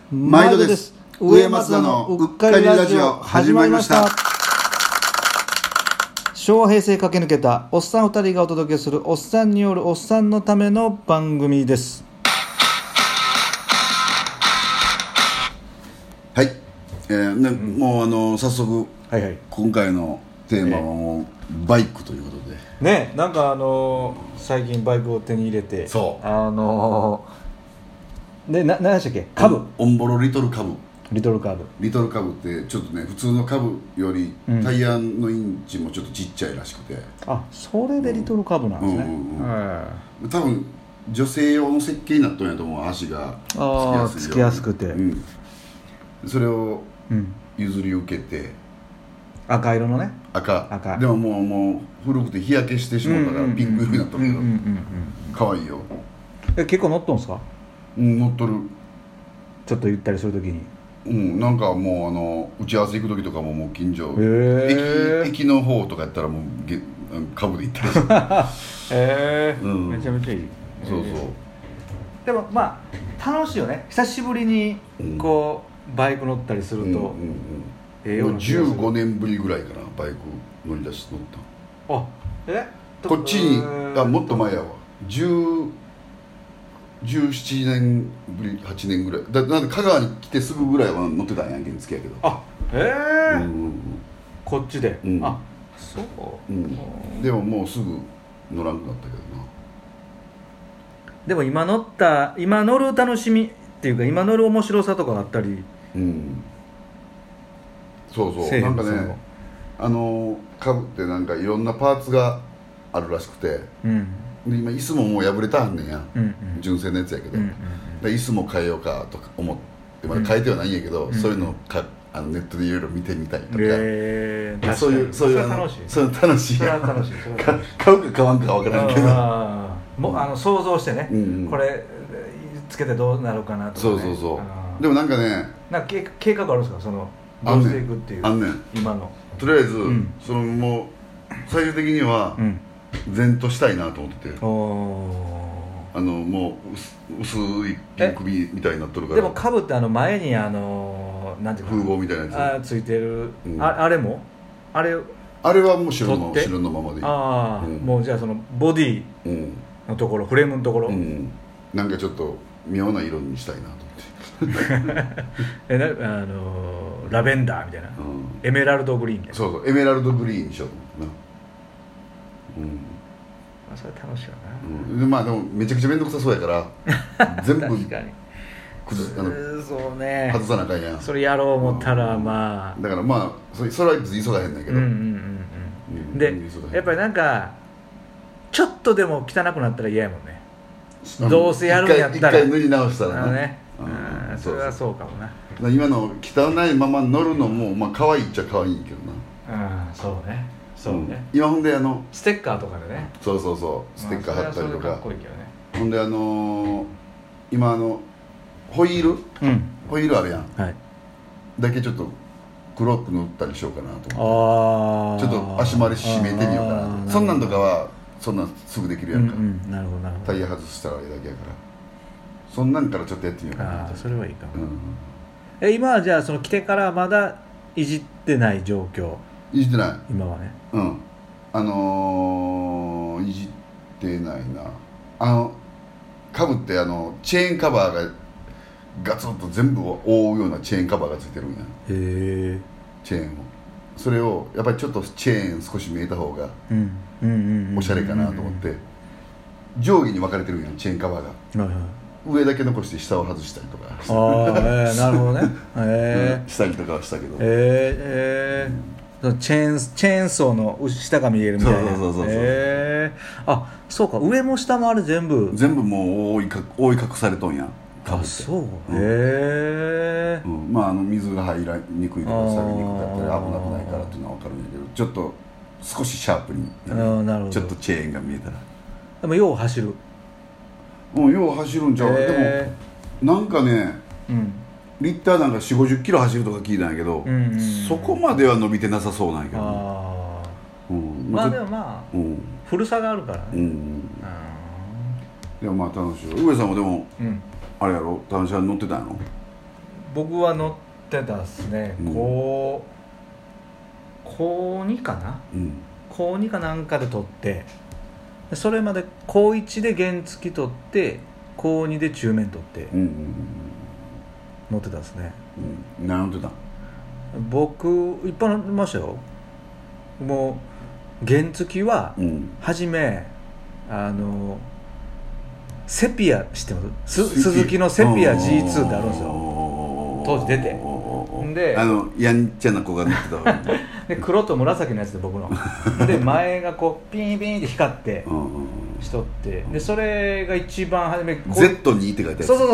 毎度です。上松田のうっかりラジオ始まりました。 昭和平成駆け抜けたおっさん2人がお届けするおっさんによるおっさんのための番組です。 はい、もう早速、 はいはい、 今回のテーマはもうバイクということでね、なんか最近バイクを手に入れて、 そうで何でしたっけ、カブ、 オンボロリトルカブリトルカブってちょっとね、普通のカブよりタイヤのインチもちょっとちっちゃいらしくて、 あ、それでリトルカブなんですね。 多分女性用の設計になったんやと思う。足がつきやすくて、 それを譲り受けて、 赤色のね、 赤でももう古くて日焼けしてしまったからピンク色になったけど、可愛いよ。 結構乗っとんすか？ 乗っとる。ちょっとゆったりするときに、 なんかもう打ち合わせ行く時とかももう近所、駅の方とかやったらもうカブで行ったりする。 めちゃめちゃいい。 そうそう。 でもまあ楽しいよね、久しぶりにこうバイク乗ったりすると。 15年ぶりぐらいかな、バイク乗り出して乗った。こっちにもっと前やわ、17年ぶり、8年ぐらいなんで香川に来てすぐぐらいは乗ってたんや、原付やけど。 こっちで、あ、そう、 でももうすぐ乗らんくなったけどな。 でも今乗る楽しみっていうか、今乗る面白さとかあったり、 そうなんかね、カブってなんかいろんなパーツがあるらしくて、で今椅子ももう破れたはんねんや、純正のやつやけど、椅子も変えようかとか思ってまだ変えてはないんやけど、そういうのをネットでいろいろ見てみたりとか、そういう楽しい。それは楽しい。買うか買わんかは分からんけど、 想像してね、これつけてどうなるかなとかね。 そうでもなんかね、 計画あるんですか、そのどうしていくっていう。今のとりあえず、そのもう最終的には前としたいなと思ってて、もう薄いピンクみたいになっとるから。 でもカブって前になんていうか風防みたいなやつついてる、あれもあれはもう白のままでいい。 もうじゃあそのボディのところ、フレームのところ、 なんかちょっと妙な色にしたいなと思ってラベンダーみたいな、エメラルドグリーンみたいな。 そうエメラルドグリーンにしようと思ってな。 それ楽しいよな。でもめちゃくちゃ面倒くさそうやから全部確かにそうね、 外さなあかんやん。 それやろう思ったら、まあだからそれは別に急がへんねんけど、 でやっぱりなんかちょっとでも汚くなったら嫌やもんね。どうせやるんやったら一回塗り直したらね。 それはそうかもな。 今の汚いまま乗るのも可愛いっちゃ可愛いけどな。 そうね。 今ほんでステッカーとかでね。 そうステッカー貼ったりとか。 かっこいいけどね。 ほんで今ホイールあるやん、だけちょっと黒く塗ったりしようかなと思って、ちょっと足回り締めてみようかな。そんなんとかはそんなんすぐできるやんか。 なるほど。 タイヤ外したらあれだけやから、そんなんからちょっとやってみようかな。 それはいいかも。今はじゃあその来てからまだいじってない状況？ いじってない。 今はね。 いじってないな。カブってチェーンカバーがガツンと全部を覆うようなチェーンカバーがついてるんや。チェーンを、それをやっぱりちょっとチェーン少し見えた方がおしゃれかなと思って上下に分かれてるんや、チェーンカバーが。上だけ残して下を外したりとかなるほどね。 したりとかはしたけど、 チェーンソーの下が見えるみたいな。そうか、上も下もあれ全部もう覆い隠されとんや。 そう。 水が入らにくいとか錆びにくかったり危なくないからっていうのは分かるんだけど、ちょっと少しシャープにちょっとチェーンが見えたら。 でもよう走る。 よう走るんちゃう。でもなんかね、リッターなんか4、50キロ走るとか聞いたんやけど、そこまでは伸びてなさそうなんやけど、ね。 でも古さがあるからね。 でも楽しい。上さんもでも、あれやろ、単車に乗ってたんやろ。 僕は乗ってたっすね、高2かな、高2かなんかで取って、それまで高1で原付取って高2で中免取って乗ってたっすね。 何乗ってた？ 僕いっぱい乗ってましたよ。もう原付は初めセピア知ってます？鈴木のセピア G2 ってあるんですよ、当時出て。でやんちゃな子が乗ってたわで黒と紫のやつで僕ので前がこうピンピンって光ってしとって、でそれが一番初め Z2 って書いてある。 そう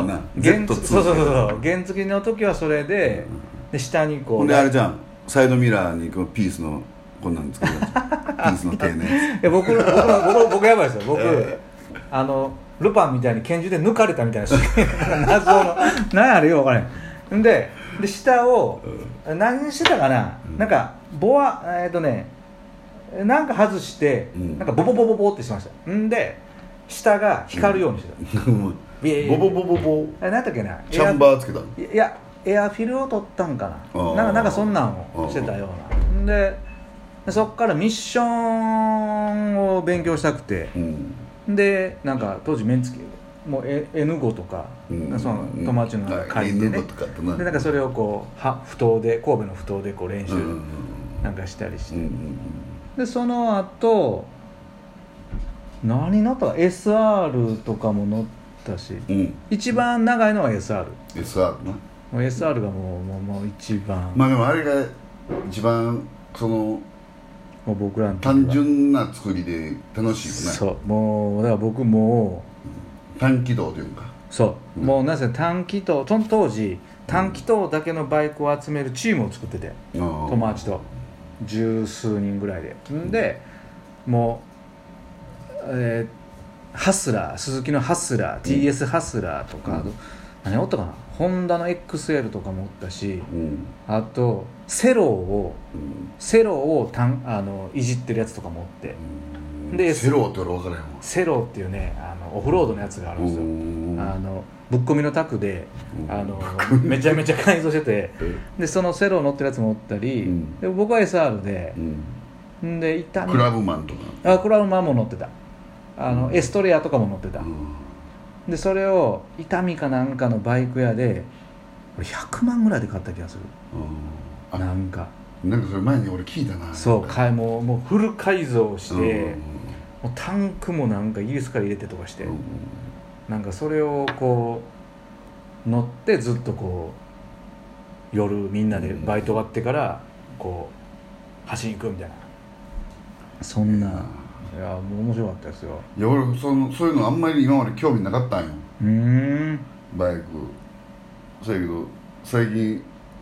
Z2 原付の時はそれで、で下にこう、 ほんであれじゃん、サイドミラーにこのピースのこんなん作るやつピースの手ね。 いや僕やばいですよ僕、ルパンみたいに拳銃で抜かれたみたいな謎の何やあれよ分からへん。で下を何してたかな、なんかボアなんか外して、なんかボボボボボってしました。んで下が光るようにしてた、 ボボボボボ何だっけな、 チャンバーつけた。 いやエアフィルを取ったんかな、なんかそんなんをしてたような。でそっからミッションを勉強したくて、でなんか当時メンツもう N5 とか、その友達の借りてね、でなんかそれをこう不当で神戸の不当でこう練習なんかしたりして、でその後何乗ったか SR とかも乗ったし、一番長いのは SR な。SR がもう一番、 まあでもあれが一番そのもう僕らの単純な作りで楽しいよね。 そうもうだから僕も単軌道というか、 そう、もうなぜ単軌道、当時単軌道だけのバイクを集めるチームを作ってて、友達と十数人ぐらいで、でもう、ハスラー、鈴木のハスラー、TS ハスラーとか、何おったかな、ホンダの XL とかもおったし、あとセロをいじってるやつとかもおって、でセロって俺分からへんわ。 セロっていうねオフロードのやつがあるんですよ。ぶっ込みのタクでめちゃめちゃ改造してて、でそのセロ乗ってるやつもおったり、で僕は SR で、でクラブマンとか、 クラブマンも乗ってた、エストレアとかも乗ってた、でそれを伊丹かなんかのバイク屋で俺100万ぐらいで買った気がする、なんかそれ前に俺聞いたな。 そうもうフル改造して、もうタンクもなんかイギリスから入れてとかして、なんかそれをこう乗ってずっとこう夜みんなでバイト終わってからこう走りに行くみたいな、そんな、いやもう面白かったですよ。 いや俺そういうのあんまり今まで興味なかったんよ。バイクそうやけど最近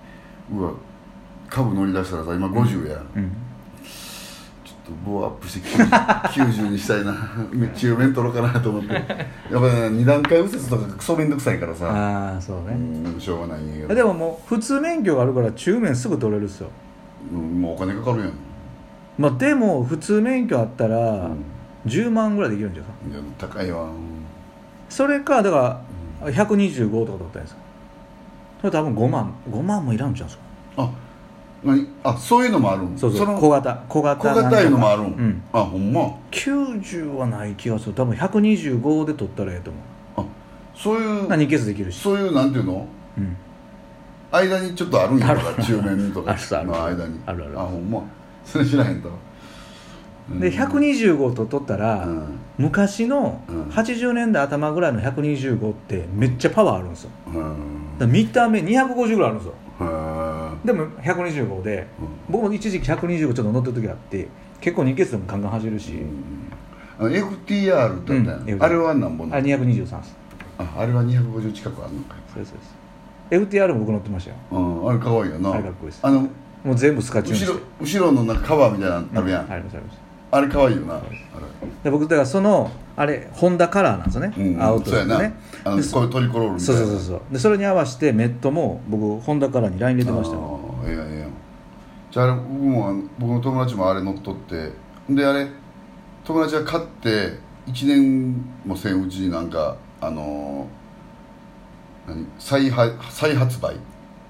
株乗り出したらさ、今50や、ちょっとボーアップして90にしたいな中免取ろうかなと思ってやっぱり、2段階右折とかクソめんどくさいからさ、 そうね、 しょうがないんやけど、 でももう普通免許があるから中免すぐ取れるっすよ。 もうお金かかるやん。 でも普通免許あったら10万ぐらいできるんじゃないですか。高いわ。 それかだから125とか取ったんですか。それ多分5万もいらんじゃんすか。 そういうのもあるん。 そう小型いうのもあるん。ほんま。 90はない気がする。多分125で取ったらええと思う。 そういう 2ケースできるし、 そういうなんていうの、間にちょっとあるんやとか、中免とかの間にあるほんま、それ知らへんと。 で125と取ったら、昔の80年代頭ぐらいの125ってめっちゃパワーあるんですよ。見た目250ぐらいあるんですよ。でも125で、僕も一時期125ちょっと乗ってる時あって、結構2ケースでもガンガン走るし、 FTR ってあったやん、あれは何本 223です。 あれは250近くあるのか。 そうです。FTR も僕乗ってましたよ。 あれかわいいよな。 あれかっこいいです。もう全部スカチューンして、 後ろのなんかカバーみたいなのあるやん。あれかわいいよな。 で僕だからそのあれホンダカラーなんですよね、青とね。 こういうトリコロールみたいな。 そうでそれに合わせてメットも僕ホンダカラーにライン入れてましたよ。 じゃあ僕の友達もあれ乗っとって、であれ友達が買って1年もせんうちになんか再発売、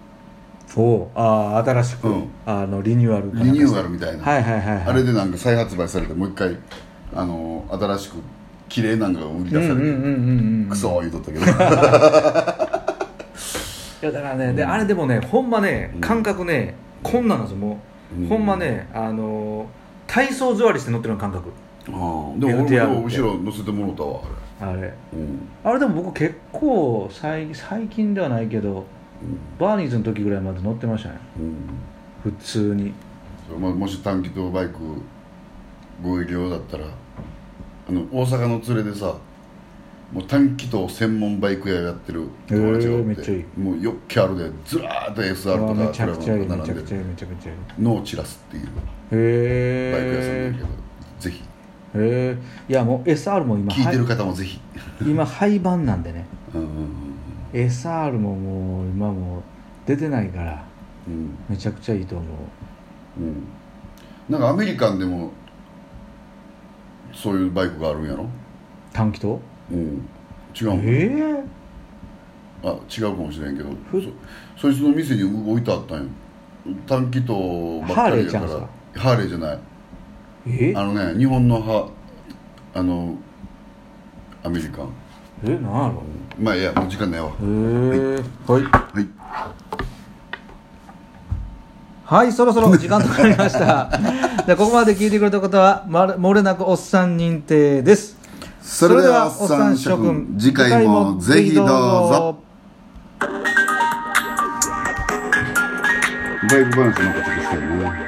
新しく、リニューアルみたいな、 はいはいはい、はい、 あれでなんか再発売されてもう一回新しく綺麗なんかが売り出されてクソ言うとったけどいやだからね、であれでもねほんまね感覚ね、こんなんですよもう、ほんまね体操座りして乗ってるような感覚。 でも俺も後ろ乗せてもらったわあれ、あれでも僕結構最近ではないけど、バーニーズの時ぐらいまで乗ってましたね、普通に。 もし短気筒バイクご入量だったら大阪の連れでさ、もう短気筒専門バイク屋やってる友達がおって、 めっちゃいい、 もうよっけあるでずらーっと SR とかめちゃくちゃいい、 並んでる、 めちゃくちゃいい、めちゃくちゃいい、 ノーチラスっていうバイク屋さんだけど、ぜひ。 いやもう SR も今聞いてる方もぜひ今廃盤なんでね、SR ももう今もう出てないから、めちゃくちゃいいと思う、なんかアメリカンでもそういうバイクがあるんやろ、 短気筒。 違うもん、違うかもしれんけど、そいつの店に置いてあったんよ、短気筒ばっかりやから。ハーレーじゃない、日本のアメリカン。 なんやろ、 まあいや、もう時間ないわ。 はい、そろそろ時間となりましたでここまで聞いてくれた方は漏れなくおっさん認定です。 それではおっさん諸君、次回もぜひどうぞ。バイク話なんかちょっとしたいね。